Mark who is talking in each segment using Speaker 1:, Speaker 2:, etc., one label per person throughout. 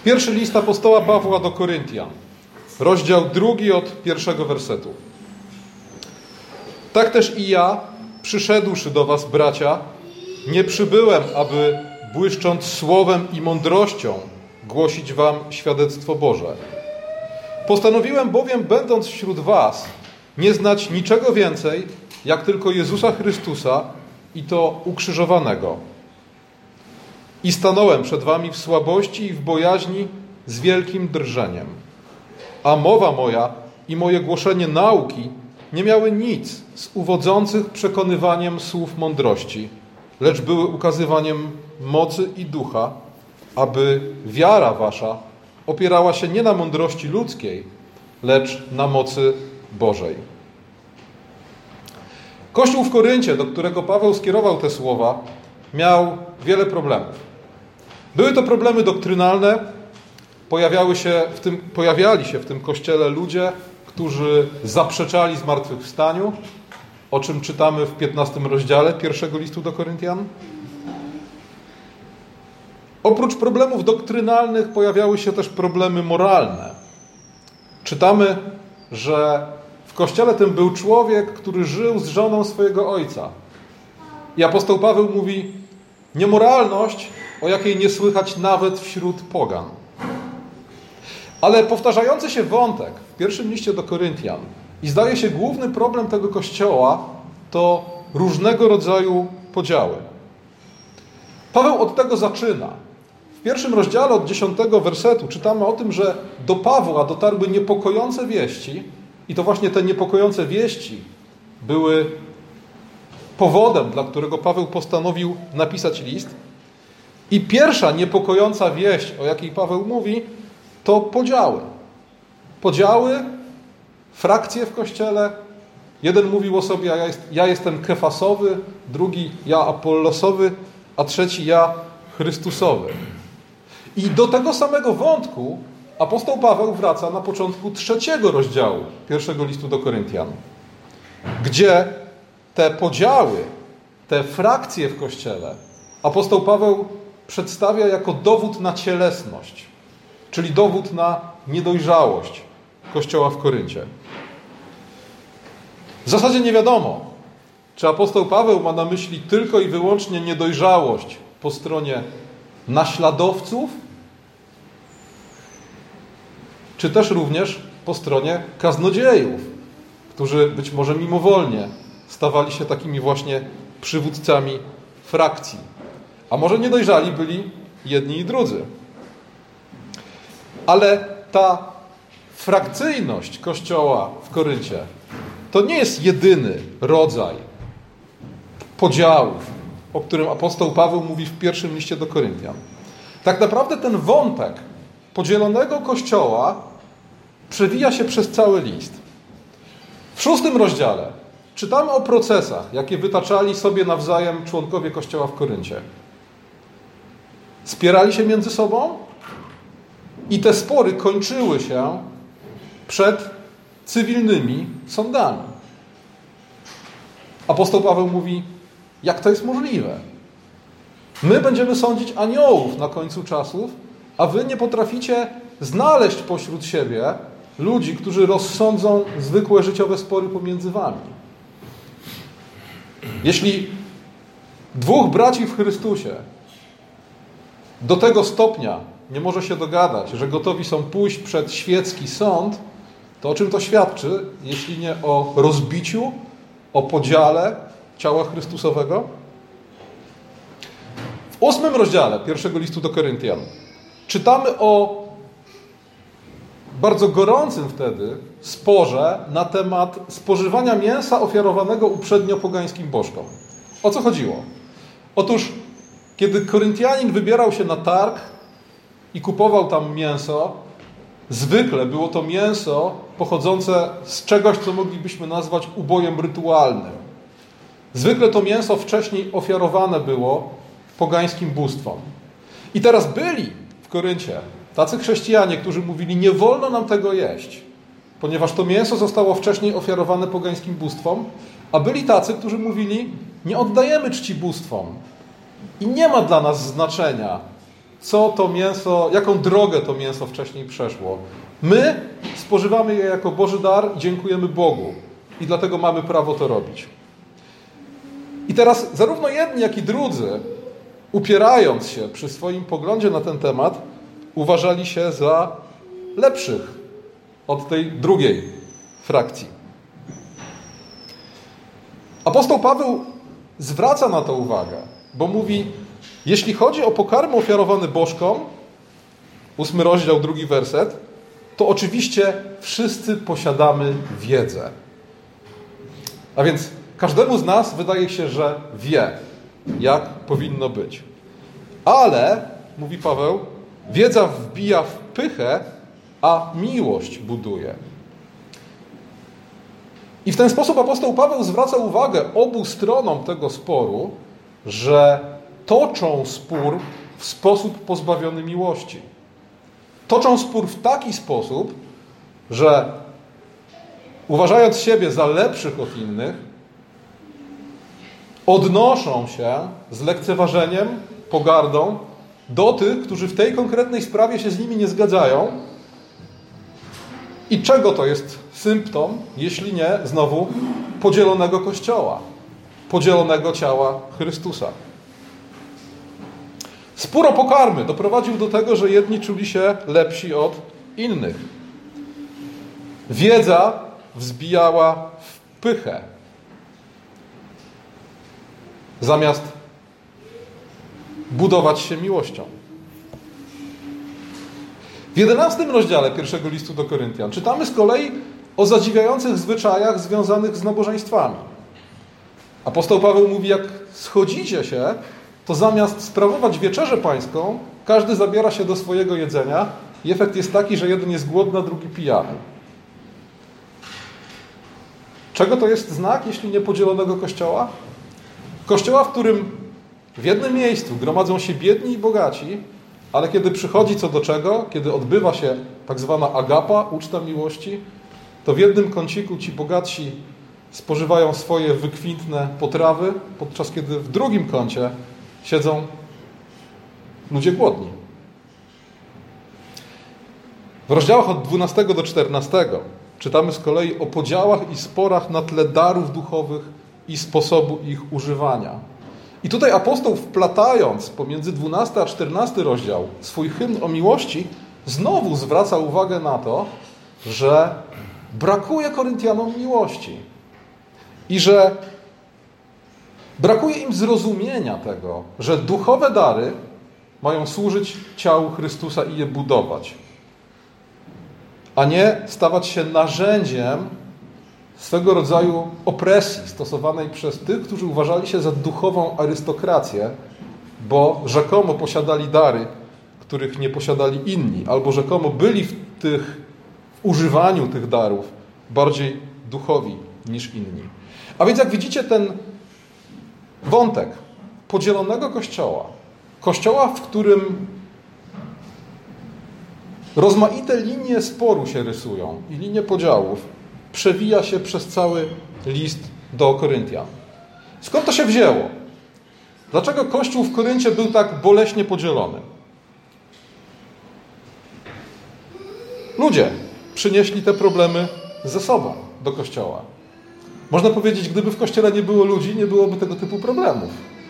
Speaker 1: Pierwszy list apostoła Pawła do Koryntian, rozdział 2 od 1 wersetu. Tak też i ja, przyszedłszy do was, bracia, nie przybyłem, aby błyszcząc słowem i mądrością głosić wam świadectwo Boże. Postanowiłem bowiem, będąc wśród was, nie znać niczego więcej, jak tylko Jezusa Chrystusa i to ukrzyżowanego. I stanąłem przed wami w słabości i w bojaźni z wielkim drżeniem. A mowa moja i moje głoszenie nauki nie miały nic z uwodzących przekonywaniem słów mądrości, lecz były ukazywaniem mocy i ducha, aby wiara wasza opierała się nie na mądrości ludzkiej, lecz na mocy Bożej. Kościół w Koryncie, do którego Paweł skierował te słowa, miał wiele problemów. Były to problemy doktrynalne. Pojawiali się w tym kościele ludzie, którzy zaprzeczali zmartwychwstaniu, o czym czytamy w 15 rozdziale pierwszego listu do Koryntian. Oprócz problemów doktrynalnych pojawiały się też problemy moralne. Czytamy, że w kościele tym był człowiek, który żył z żoną swojego ojca. I apostoł Paweł mówi: niemoralność, o jakiej nie słychać nawet wśród pogan. Ale powtarzający się wątek w pierwszym liście do Koryntian i zdaje się główny problem tego kościoła to różnego rodzaju podziały. Paweł od tego zaczyna. W pierwszym rozdziale od 10 wersetu czytamy o tym, że do Pawła dotarły niepokojące wieści i to właśnie te niepokojące wieści były powodem, dla którego Paweł postanowił napisać list. I pierwsza niepokojąca wieść, o jakiej Paweł mówi, to podziały. Podziały, frakcje w Kościele. Jeden mówił o sobie: ja jestem kefasowy, drugi: ja apollosowy, a trzeci: ja chrystusowy. I do tego samego wątku apostoł Paweł wraca na początku 3 rozdziału pierwszego listu do Koryntian, gdzie te podziały, te frakcje w Kościele apostoł Paweł przedstawia jako dowód na cielesność, czyli dowód na niedojrzałość Kościoła w Koryncie. W zasadzie nie wiadomo, czy apostoł Paweł ma na myśli tylko i wyłącznie niedojrzałość po stronie naśladowców, czy też również po stronie kaznodziejów, którzy być może mimowolnie stawali się takimi właśnie przywódcami frakcji. A może niedojrzali byli jedni i drudzy. Ale ta frakcyjność Kościoła w Koryncie to nie jest jedyny rodzaj podziałów, o którym apostoł Paweł mówi w pierwszym liście do Koryntian. Tak naprawdę ten wątek podzielonego Kościoła przewija się przez cały list. W 6 rozdziale czytamy o procesach, jakie wytaczali sobie nawzajem członkowie Kościoła w Koryncie. Spierali się między sobą i te spory kończyły się przed cywilnymi sądami. Apostoł Paweł mówi: jak to jest możliwe? My będziemy sądzić aniołów na końcu czasów, a wy nie potraficie znaleźć pośród siebie ludzi, którzy rozsądzą zwykłe życiowe spory pomiędzy wami. Jeśli 2 braci w Chrystusie do tego stopnia nie może się dogadać, że gotowi są pójść przed świecki sąd, to o czym to świadczy, jeśli nie o rozbiciu, o podziale ciała Chrystusowego? W 8 rozdziale pierwszego listu do Koryntian czytamy o bardzo gorącym wtedy sporze na temat spożywania mięsa ofiarowanego uprzednio pogańskim bożkom. O co chodziło? Otóż, kiedy Koryntianin wybierał się na targ i kupował tam mięso, zwykle było to mięso pochodzące z czegoś, co moglibyśmy nazwać ubojem rytualnym. Zwykle to mięso wcześniej ofiarowane było pogańskim bóstwom. I teraz byli w Koryncie tacy chrześcijanie, którzy mówili: nie wolno nam tego jeść, ponieważ to mięso zostało wcześniej ofiarowane pogańskim bóstwom, a byli tacy, którzy mówili: nie oddajemy czci bóstwom i nie ma dla nas znaczenia, co to mięso, jaką drogę to mięso wcześniej przeszło. My spożywamy je jako Boży dar i dziękujemy Bogu. I dlatego mamy prawo to robić. I teraz zarówno jedni, jak i drudzy, upierając się przy swoim poglądzie na ten temat, uważali się za lepszych od tej drugiej frakcji. Apostoł Paweł zwraca na to uwagę, bo mówi, jeśli chodzi o pokarmy ofiarowane bożkom, 8 rozdział, 2 werset, to oczywiście wszyscy posiadamy wiedzę. A więc każdemu z nas wydaje się, że wie, jak powinno być. Ale, mówi Paweł, wiedza wbija w pychę, a miłość buduje. I w ten sposób apostoł Paweł zwraca uwagę obu stronom tego sporu, że toczą spór w sposób pozbawiony miłości. Toczą spór w taki sposób, że uważając siebie za lepszych od innych, odnoszą się z lekceważeniem, pogardą do tych, którzy w tej konkretnej sprawie się z nimi nie zgadzają. I czego to jest symptom, jeśli nie znowu podzielonego Kościoła, podzielonego ciała Chrystusa. Spór o pokarmy doprowadził do tego, że jedni czuli się lepsi od innych. Wiedza wzbijała w pychę, zamiast budować się miłością. W 11 rozdziale pierwszego listu do Koryntian czytamy z kolei o zadziwiających zwyczajach związanych z nabożeństwami. Apostoł Paweł mówi, jak schodzicie się, to zamiast sprawować wieczerzę pańską, każdy zabiera się do swojego jedzenia i efekt jest taki, że jeden jest głodny, a drugi pijany. Czego to jest znak, jeśli nie podzielonego Kościoła? Kościoła, w którym w jednym miejscu gromadzą się biedni i bogaci, ale kiedy przychodzi co do czego, kiedy odbywa się tak zwana agapa, uczta miłości, to w jednym kąciku ci bogatsi spożywają swoje wykwintne potrawy, podczas kiedy w drugim kącie siedzą ludzie głodni. W rozdziałach od 12 do 14 czytamy z kolei o podziałach i sporach na tle darów duchowych i sposobu ich używania. I tutaj apostoł, wplatając pomiędzy 12 a 14 rozdział swój hymn o miłości, znowu zwraca uwagę na to, że brakuje Koryntianom miłości i że brakuje im zrozumienia tego, że duchowe dary mają służyć ciału Chrystusa i je budować, a nie stawać się narzędziem swego rodzaju opresji stosowanej przez tych, którzy uważali się za duchową arystokrację, bo rzekomo posiadali dary, których nie posiadali inni, albo rzekomo byli w używaniu tych darów bardziej duchowi niż inni. A więc jak widzicie, ten wątek podzielonego Kościoła, Kościoła, w którym rozmaite linie sporu się rysują i linie podziałów, przewija się przez cały list do Koryntian. Skąd to się wzięło? Dlaczego Kościół w Koryncie był tak boleśnie podzielony? Ludzie przynieśli te problemy ze sobą do Kościoła. Można powiedzieć, gdyby w Kościele nie było ludzi, nie byłoby tego typu problemów.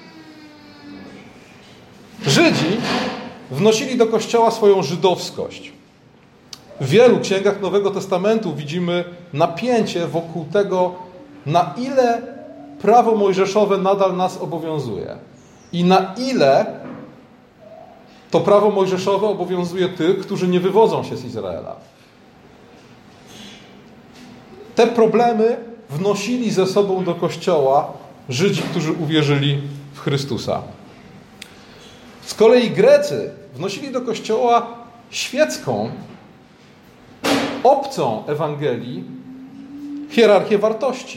Speaker 1: Żydzi wnosili do Kościoła swoją żydowskość. W wielu księgach Nowego Testamentu widzimy napięcie wokół tego, na ile prawo mojżeszowe nadal nas obowiązuje i na ile to prawo mojżeszowe obowiązuje tych, którzy nie wywodzą się z Izraela. Te problemy wnosili ze sobą do Kościoła Żydzi, którzy uwierzyli w Chrystusa. Z kolei Grecy wnosili do Kościoła świecką, obcą Ewangelii hierarchię wartości.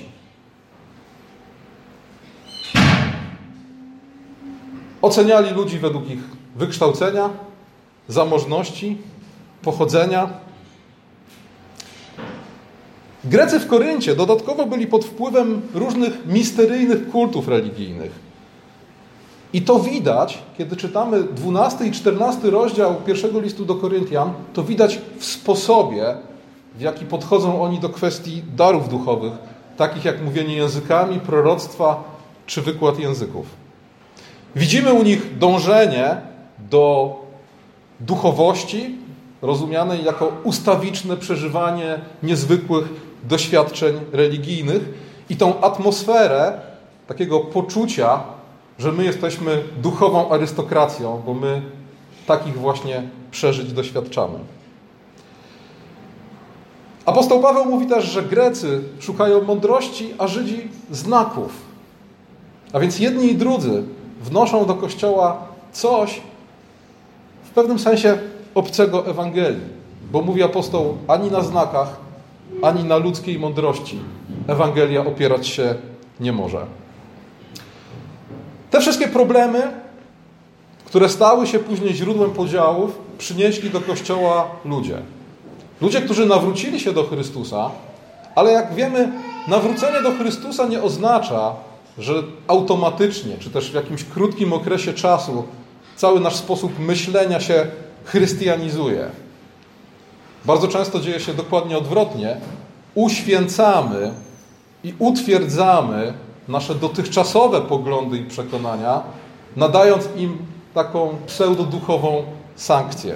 Speaker 1: Oceniali ludzi według ich wykształcenia, zamożności, pochodzenia. Grecy w Koryncie dodatkowo byli pod wpływem różnych misteryjnych kultów religijnych. I to widać, kiedy czytamy 12 i 14 rozdział pierwszego listu do Koryntian, to widać w sposobie, w jaki podchodzą oni do kwestii darów duchowych, takich jak mówienie językami, proroctwa czy wykład języków. Widzimy u nich dążenie do duchowości, rozumianej jako ustawiczne przeżywanie niezwykłych doświadczeń religijnych i tą atmosferę takiego poczucia, że my jesteśmy duchową arystokracją, bo my takich właśnie przeżyć doświadczamy. Apostoł Paweł mówi też, że Grecy szukają mądrości, a Żydzi znaków. A więc jedni i drudzy wnoszą do Kościoła coś w pewnym sensie obcego Ewangelii. Bo mówi apostoł, ani na znakach, ani na ludzkiej mądrości Ewangelia opierać się nie może. Te wszystkie problemy, które stały się później źródłem podziałów, przynieśli do Kościoła ludzie. Ludzie, którzy nawrócili się do Chrystusa, ale jak wiemy, nawrócenie do Chrystusa nie oznacza, że automatycznie, czy też w jakimś krótkim okresie czasu cały nasz sposób myślenia się chrystianizuje. Bardzo często dzieje się dokładnie odwrotnie. Uświęcamy i utwierdzamy nasze dotychczasowe poglądy i przekonania, nadając im taką pseudoduchową sankcję.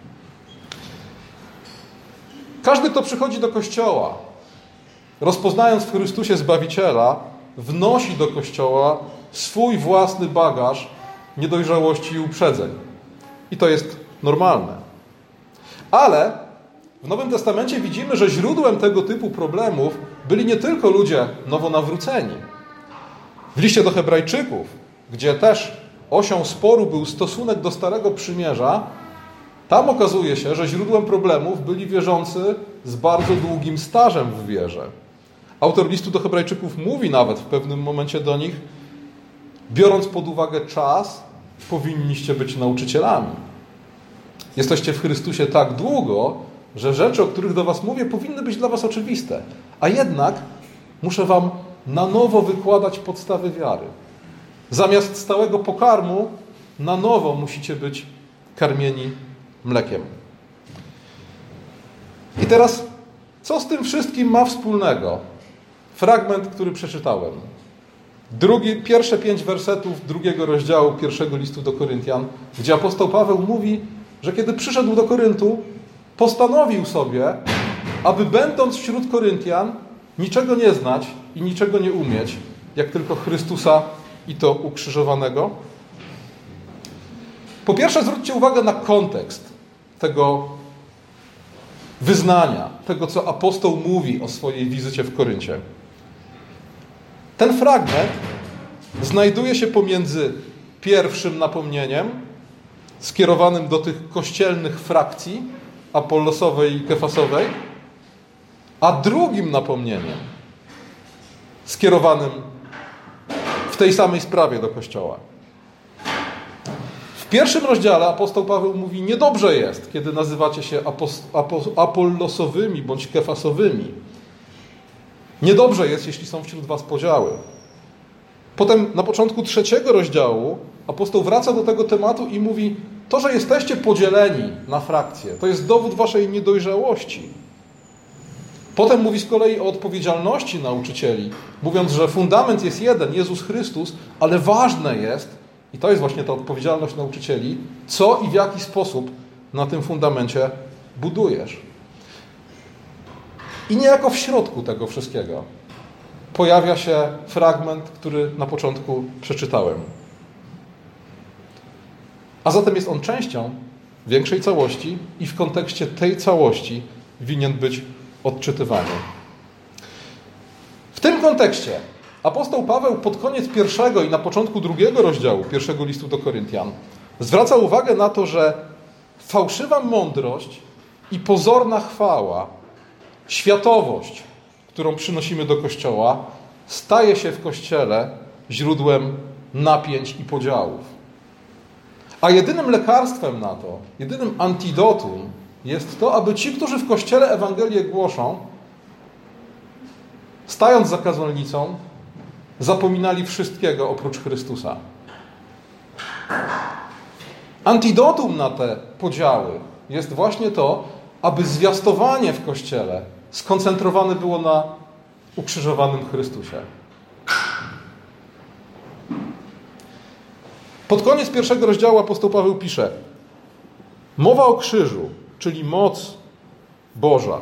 Speaker 1: Każdy, kto przychodzi do Kościoła, rozpoznając w Chrystusie Zbawiciela, wnosi do Kościoła swój własny bagaż niedojrzałości i uprzedzeń. I to jest normalne. Ale w Nowym Testamencie widzimy, że źródłem tego typu problemów byli nie tylko ludzie nowonawróceni. W liście do Hebrajczyków, gdzie też osią sporu był stosunek do Starego Przymierza, tam okazuje się, że źródłem problemów byli wierzący z bardzo długim stażem w wierze. Autor listu do Hebrajczyków mówi nawet w pewnym momencie do nich, biorąc pod uwagę czas, powinniście być nauczycielami. Jesteście w Chrystusie tak długo, że rzeczy, o których do was mówię, powinny być dla was oczywiste. A jednak muszę wam na nowo wykładać podstawy wiary. Zamiast stałego pokarmu, na nowo musicie być karmieni mlekiem. I teraz, co z tym wszystkim ma wspólnego fragment, który przeczytałem? Pierwsze 5 wersetów 2 rozdziału 1 listu do Koryntian, gdzie apostoł Paweł mówi, że kiedy przyszedł do Koryntu, postanowił sobie, aby będąc wśród Koryntian, niczego nie znać i niczego nie umieć, jak tylko Chrystusa i to ukrzyżowanego. Po pierwsze, zwróćcie uwagę na kontekst tego wyznania, tego, co apostoł mówi o swojej wizycie w Koryncie. Ten fragment znajduje się pomiędzy pierwszym napomnieniem skierowanym do tych kościelnych frakcji apollosowej i kefasowej, a drugim napomnieniem skierowanym w tej samej sprawie do Kościoła. W pierwszym rozdziale apostoł Paweł mówi, niedobrze jest, kiedy nazywacie się apollosowymi bądź kefasowymi. Niedobrze jest, jeśli są wśród was podziały. Potem na początku 3 rozdziału apostoł wraca do tego tematu i mówi, to, że jesteście podzieleni na frakcje, to jest dowód waszej niedojrzałości. Potem mówi z kolei o odpowiedzialności nauczycieli, mówiąc, że fundament jest jeden, Jezus Chrystus, ale ważne jest, i to jest właśnie ta odpowiedzialność nauczycieli, co i w jaki sposób na tym fundamencie budujesz. I niejako w środku tego wszystkiego pojawia się fragment, który na początku przeczytałem. A zatem jest on częścią większej całości i w kontekście tej całości winien być odczytywany. W tym kontekście apostoł Paweł pod koniec 1 i na początku 2 rozdziału 1 listu do Koryntian zwraca uwagę na to, że fałszywa mądrość i pozorna chwała, światowość, którą przynosimy do Kościoła, staje się w Kościele źródłem napięć i podziałów. A jedynym lekarstwem na to, jedynym antidotum jest to, aby ci, którzy w Kościele Ewangelię głoszą, stając za kazalnicą, zapominali wszystkiego oprócz Chrystusa. Antidotum na te podziały jest właśnie to, aby zwiastowanie w Kościele skoncentrowane było na ukrzyżowanym Chrystusie. Pod koniec 1 rozdziału apostoł Paweł pisze: mowa o krzyżu, czyli moc Boża.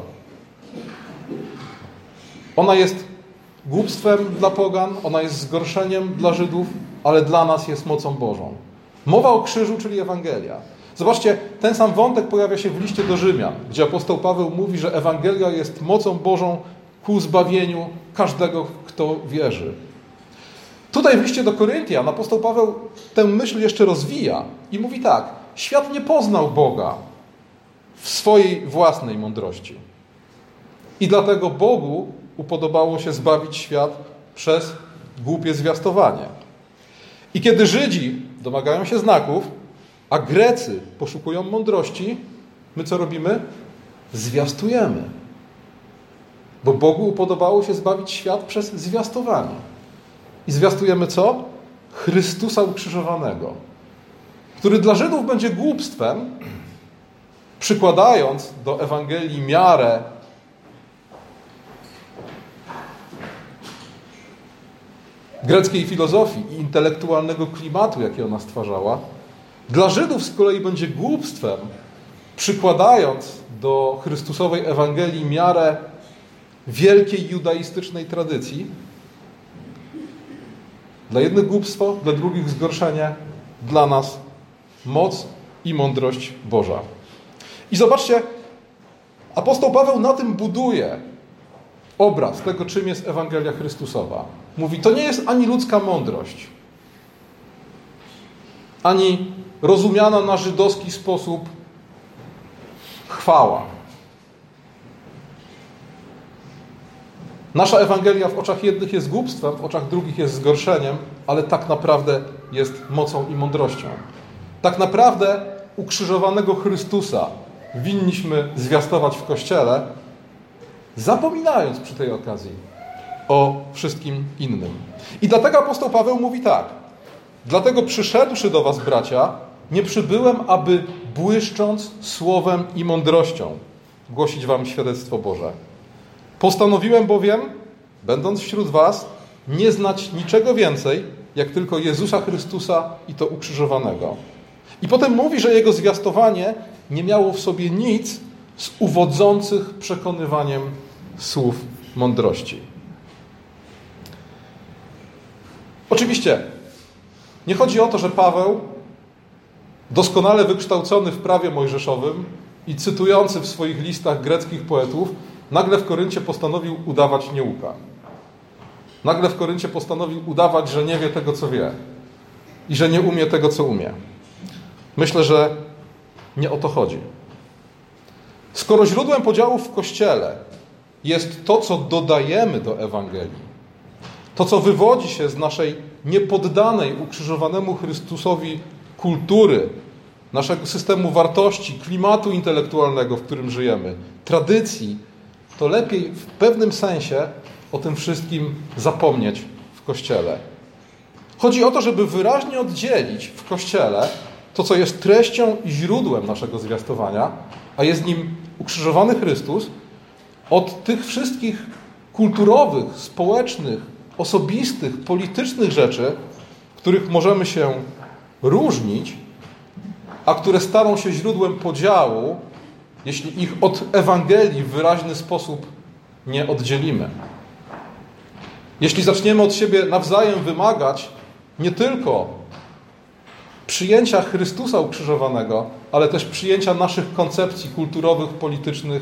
Speaker 1: Ona jest głupstwem dla pogan, ona jest zgorszeniem dla Żydów, ale dla nas jest mocą Bożą. Mowa o krzyżu, czyli Ewangelia. Zobaczcie, ten sam wątek pojawia się w liście do Rzymian, gdzie apostoł Paweł mówi, że Ewangelia jest mocą Bożą ku zbawieniu każdego, kto wierzy. Tutaj w liście do Koryntian apostoł Paweł tę myśl jeszcze rozwija i mówi tak: świat nie poznał Boga w swojej własnej mądrości. I dlatego Bogu upodobało się zbawić świat przez głupie zwiastowanie. I kiedy Żydzi domagają się znaków, a Grecy poszukują mądrości, my co robimy? Zwiastujemy. Bo Bogu upodobało się zbawić świat przez zwiastowanie. I zwiastujemy co? Chrystusa ukrzyżowanego, który dla Żydów będzie głupstwem, przykładając do Ewangelii miarę greckiej filozofii i intelektualnego klimatu, jaki ona stwarzała. Dla Żydów z kolei będzie głupstwem, przykładając do Chrystusowej Ewangelii miarę wielkiej judaistycznej tradycji. Dla jednych głupstwo, dla drugich zgorszenie, dla nas moc i mądrość Boża. I zobaczcie, apostoł Paweł na tym buduje obraz tego, czym jest Ewangelia Chrystusowa. Mówi, to nie jest ani ludzka mądrość, ani rozumiana na żydowski sposób chwała. Nasza Ewangelia w oczach jednych jest głupstwem, w oczach drugich jest zgorszeniem, ale tak naprawdę jest mocą i mądrością. Tak naprawdę ukrzyżowanego Chrystusa winniśmy zwiastować w Kościele, zapominając przy tej okazji o wszystkim innym. I dlatego apostoł Paweł mówi tak: dlatego przyszedłszy do was, bracia, nie przybyłem, aby błyszcząc słowem i mądrością głosić wam świadectwo Boże. Postanowiłem bowiem, będąc wśród was, nie znać niczego więcej, jak tylko Jezusa Chrystusa i to ukrzyżowanego. I potem mówi, że jego zwiastowanie nie miało w sobie nic z uwodzących przekonywaniem słów mądrości. Oczywiście nie chodzi o to, że Paweł, doskonale wykształcony w prawie mojżeszowym i cytujący w swoich listach greckich poetów, nagle w Koryncie postanowił udawać nieuka. Nagle w Koryncie postanowił udawać, że nie wie tego, co wie i że nie umie tego, co umie. Myślę, że nie o to chodzi. Skoro źródłem podziałów w Kościele jest to, co dodajemy do Ewangelii, to, co wywodzi się z naszej niepoddanej ukrzyżowanemu Chrystusowi kultury, naszego systemu wartości, klimatu intelektualnego, w którym żyjemy, tradycji, to lepiej w pewnym sensie o tym wszystkim zapomnieć w Kościele. Chodzi o to, żeby wyraźnie oddzielić w Kościele to, co jest treścią i źródłem naszego zwiastowania, a jest nim ukrzyżowany Chrystus, od tych wszystkich kulturowych, społecznych, osobistych, politycznych rzeczy, w których możemy się różnić, a które staną się źródłem podziału, jeśli ich od Ewangelii w wyraźny sposób nie oddzielimy. Jeśli zaczniemy od siebie nawzajem wymagać nie tylko przyjęcia Chrystusa ukrzyżowanego, ale też przyjęcia naszych koncepcji kulturowych, politycznych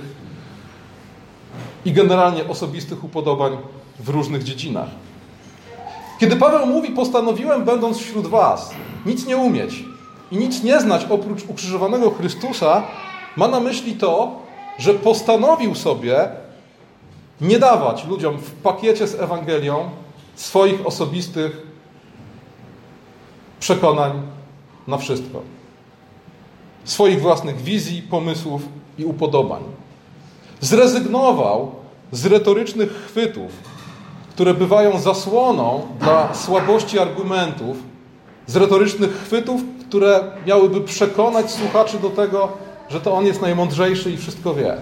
Speaker 1: i generalnie osobistych upodobań w różnych dziedzinach. Kiedy Paweł mówi, postanowiłem, będąc wśród was, nic nie umieć i nic nie znać oprócz ukrzyżowanego Chrystusa, ma na myśli to, że postanowił sobie nie dawać ludziom w pakiecie z Ewangelią swoich osobistych przekonań na wszystko. Swoich własnych wizji, pomysłów i upodobań. Zrezygnował z retorycznych chwytów, które bywają zasłoną dla słabości argumentów z retorycznych chwytów, które miałyby przekonać słuchaczy do tego, że to on jest najmądrzejszy i wszystko wie.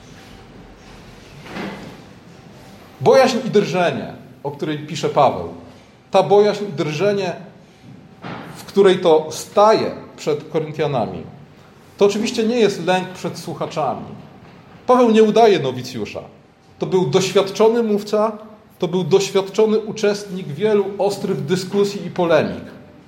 Speaker 1: Bojaźń i drżenie, o której pisze Paweł, ta bojaźń i drżenie, w której to staje przed Koryntianami, to oczywiście nie jest lęk przed słuchaczami. Paweł nie udaje nowicjusza. To był doświadczony mówca, to był doświadczony uczestnik wielu ostrych dyskusji i polemik.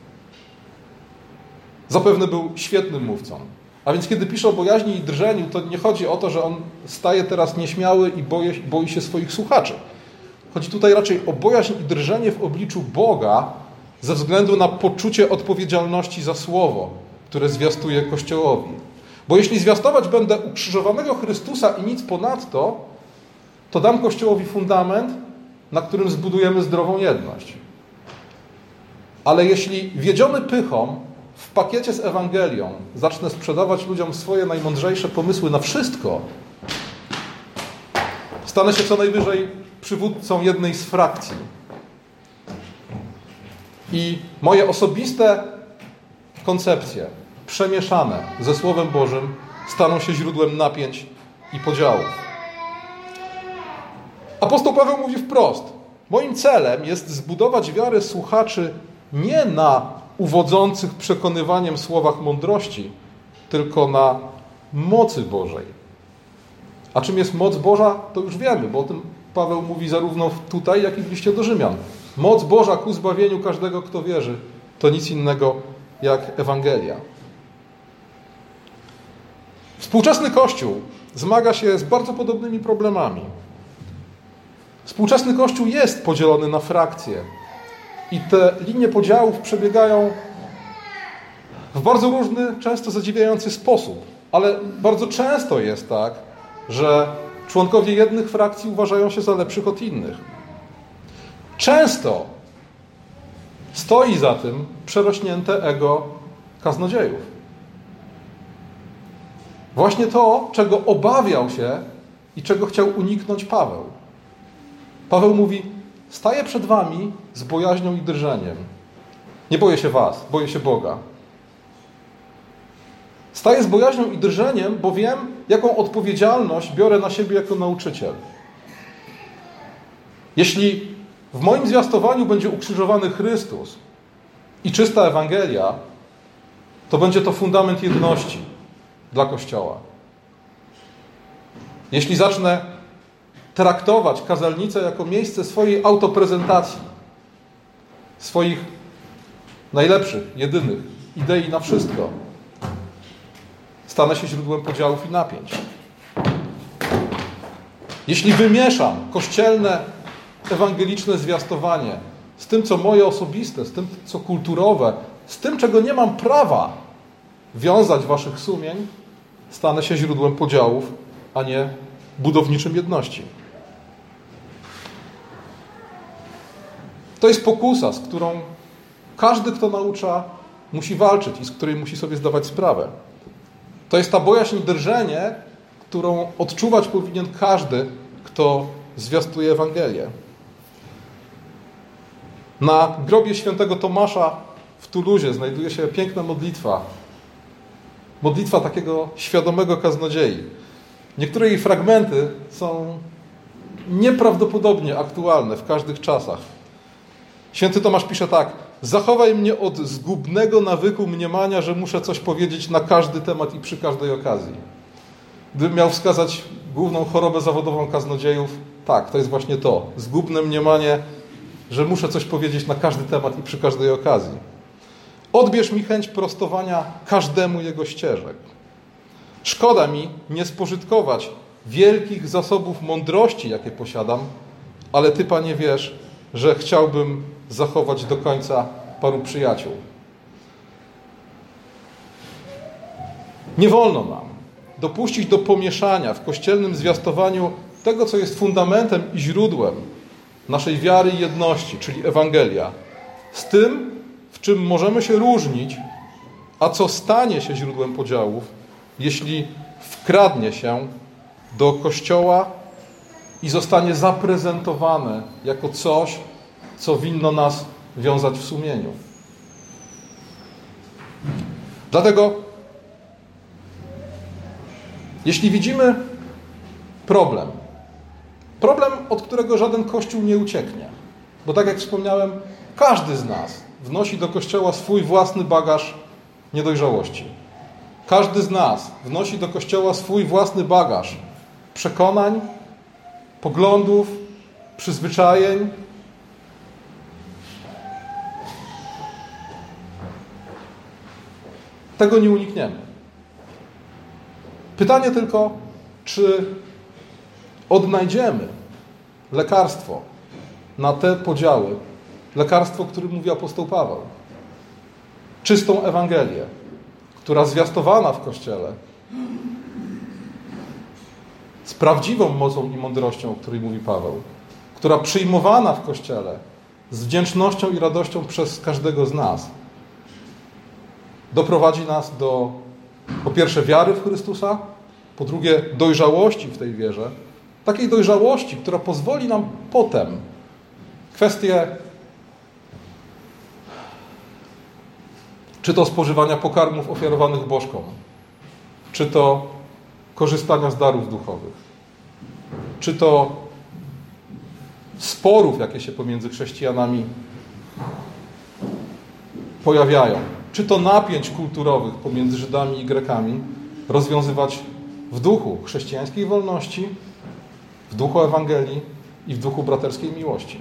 Speaker 1: Zapewne był świetnym mówcą. A więc kiedy pisze o bojaźni i drżeniu, to nie chodzi o to, że on staje teraz nieśmiały i boi się swoich słuchaczy. Chodzi tutaj raczej o bojaźń i drżenie w obliczu Boga ze względu na poczucie odpowiedzialności za słowo, które zwiastuje Kościołowi. Bo jeśli zwiastować będę ukrzyżowanego Chrystusa i nic ponadto, to dam Kościołowi fundament, na którym zbudujemy zdrową jedność. Ale jeśli wiedziony pychą w pakiecie z Ewangelią zacznę sprzedawać ludziom swoje najmądrzejsze pomysły na wszystko, stanę się co najwyżej przywódcą jednej z frakcji. I moje osobiste koncepcje, przemieszane ze Słowem Bożym, staną się źródłem napięć i podziałów. Apostoł Paweł mówi wprost: moim celem jest zbudować wiarę słuchaczy nie na uwodzących przekonywaniem słowach mądrości, tylko na mocy Bożej. A czym jest moc Boża, to już wiemy, bo o tym Paweł mówi zarówno tutaj, jak i w liście do Rzymian. Moc Boża ku zbawieniu każdego, kto wierzy, to nic innego jak Ewangelia. Współczesny Kościół zmaga się z bardzo podobnymi problemami. Współczesny Kościół jest podzielony na frakcje i te linie podziałów przebiegają w bardzo różny, często zadziwiający sposób. Ale bardzo często jest tak, że członkowie jednych frakcji uważają się za lepszych od innych. Często stoi za tym przerośnięte ego kaznodziejów. Właśnie to, czego obawiał się i czego chciał uniknąć Paweł. Paweł mówi: staję przed wami z bojaźnią i drżeniem. Nie boję się was, boję się Boga. Staję z bojaźnią i drżeniem, bo wiem, jaką odpowiedzialność biorę na siebie jako nauczyciel. Jeśli w moim zwiastowaniu będzie ukrzyżowany Chrystus i czysta Ewangelia, to będzie to fundament jedności dla Kościoła. Jeśli zacznę traktować kazalnicę jako miejsce swojej autoprezentacji, swoich najlepszych, jedynych idei na wszystko, stanę się źródłem podziałów i napięć. Jeśli wymieszam kościelne, ewangeliczne zwiastowanie z tym, co moje osobiste, z tym, co kulturowe, z tym, czego nie mam prawa wiązać waszych sumień, stanę się źródłem podziałów, a nie budowniczym jedności. To jest pokusa, z którą każdy, kto naucza, musi walczyć i z której musi sobie zdawać sprawę. To jest ta bojaźń i drżenie, którą odczuwać powinien każdy, kto zwiastuje Ewangelię. Na grobie świętego Tomasza w Tuluzie znajduje się piękna modlitwa. Modlitwa takiego świadomego kaznodziei. Niektóre jej fragmenty są nieprawdopodobnie aktualne w każdych czasach. Święty Tomasz pisze tak: zachowaj mnie od zgubnego nawyku mniemania, że muszę coś powiedzieć na każdy temat i przy każdej okazji. Gdybym miał wskazać główną chorobę zawodową kaznodziejów, tak, to jest właśnie to. Zgubne mniemanie, że muszę coś powiedzieć na każdy temat i przy każdej okazji. Odbierz mi chęć prostowania każdemu jego ścieżek. Szkoda mi nie spożytkować wielkich zasobów mądrości, jakie posiadam, ale Ty, Panie, wiesz, że chciałbym zachować do końca paru przyjaciół. Nie wolno nam dopuścić do pomieszania w kościelnym zwiastowaniu tego, co jest fundamentem i źródłem naszej wiary i jedności, czyli Ewangelia, z tym, w czym możemy się różnić, a co stanie się źródłem podziałów, jeśli wkradnie się do Kościoła i zostanie zaprezentowane jako coś, co winno nas wiązać w sumieniu. Dlatego, jeśli widzimy problem, od którego żaden Kościół nie ucieknie, bo tak jak wspomniałem, każdy z nas wnosi do Kościoła swój własny bagaż niedojrzałości. Każdy z nas wnosi do Kościoła swój własny bagaż przekonań, poglądów, przyzwyczajeń. Tego nie unikniemy. Pytanie tylko, czy odnajdziemy lekarstwo na te podziały, lekarstwo, o którym mówi apostoł Paweł. Czystą Ewangelię, która zwiastowana w Kościele z prawdziwą mocą i mądrością, o której mówi Paweł, która przyjmowana w Kościele z wdzięcznością i radością przez każdego z nas, doprowadzi nas do, po pierwsze, wiary w Chrystusa, po drugie, dojrzałości w tej wierze, takiej dojrzałości, która pozwoli nam potem kwestie czy to spożywania pokarmów ofiarowanych bożkom, czy to korzystania z darów duchowych, czy to sporów, jakie się pomiędzy chrześcijanami pojawiają, czy to napięć kulturowych pomiędzy Żydami i Grekami, rozwiązywać w duchu chrześcijańskiej wolności, w duchu Ewangelii i w duchu braterskiej miłości.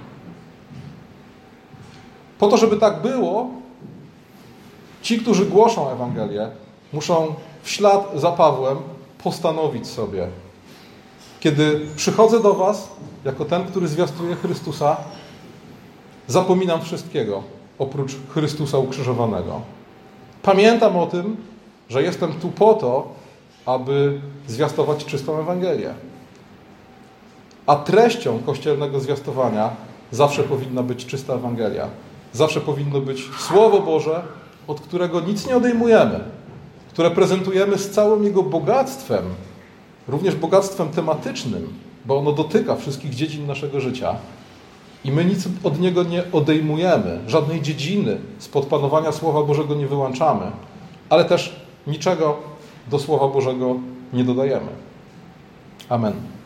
Speaker 1: Po to, żeby tak było, ci, którzy głoszą Ewangelię, muszą w ślad za Pawłem postanowić sobie: kiedy przychodzę do was, jako ten, który zwiastuje Chrystusa, zapominam wszystkiego, oprócz Chrystusa ukrzyżowanego. Pamiętam o tym, że jestem tu po to, aby zwiastować czystą Ewangelię. A treścią kościelnego zwiastowania zawsze powinna być czysta Ewangelia. Zawsze powinno być Słowo Boże, od którego nic nie odejmujemy, które prezentujemy z całym jego bogactwem, również bogactwem tematycznym, bo ono dotyka wszystkich dziedzin naszego życia i my nic od niego nie odejmujemy, żadnej dziedziny spod panowania Słowa Bożego nie wyłączamy, ale też niczego do Słowa Bożego nie dodajemy. Amen.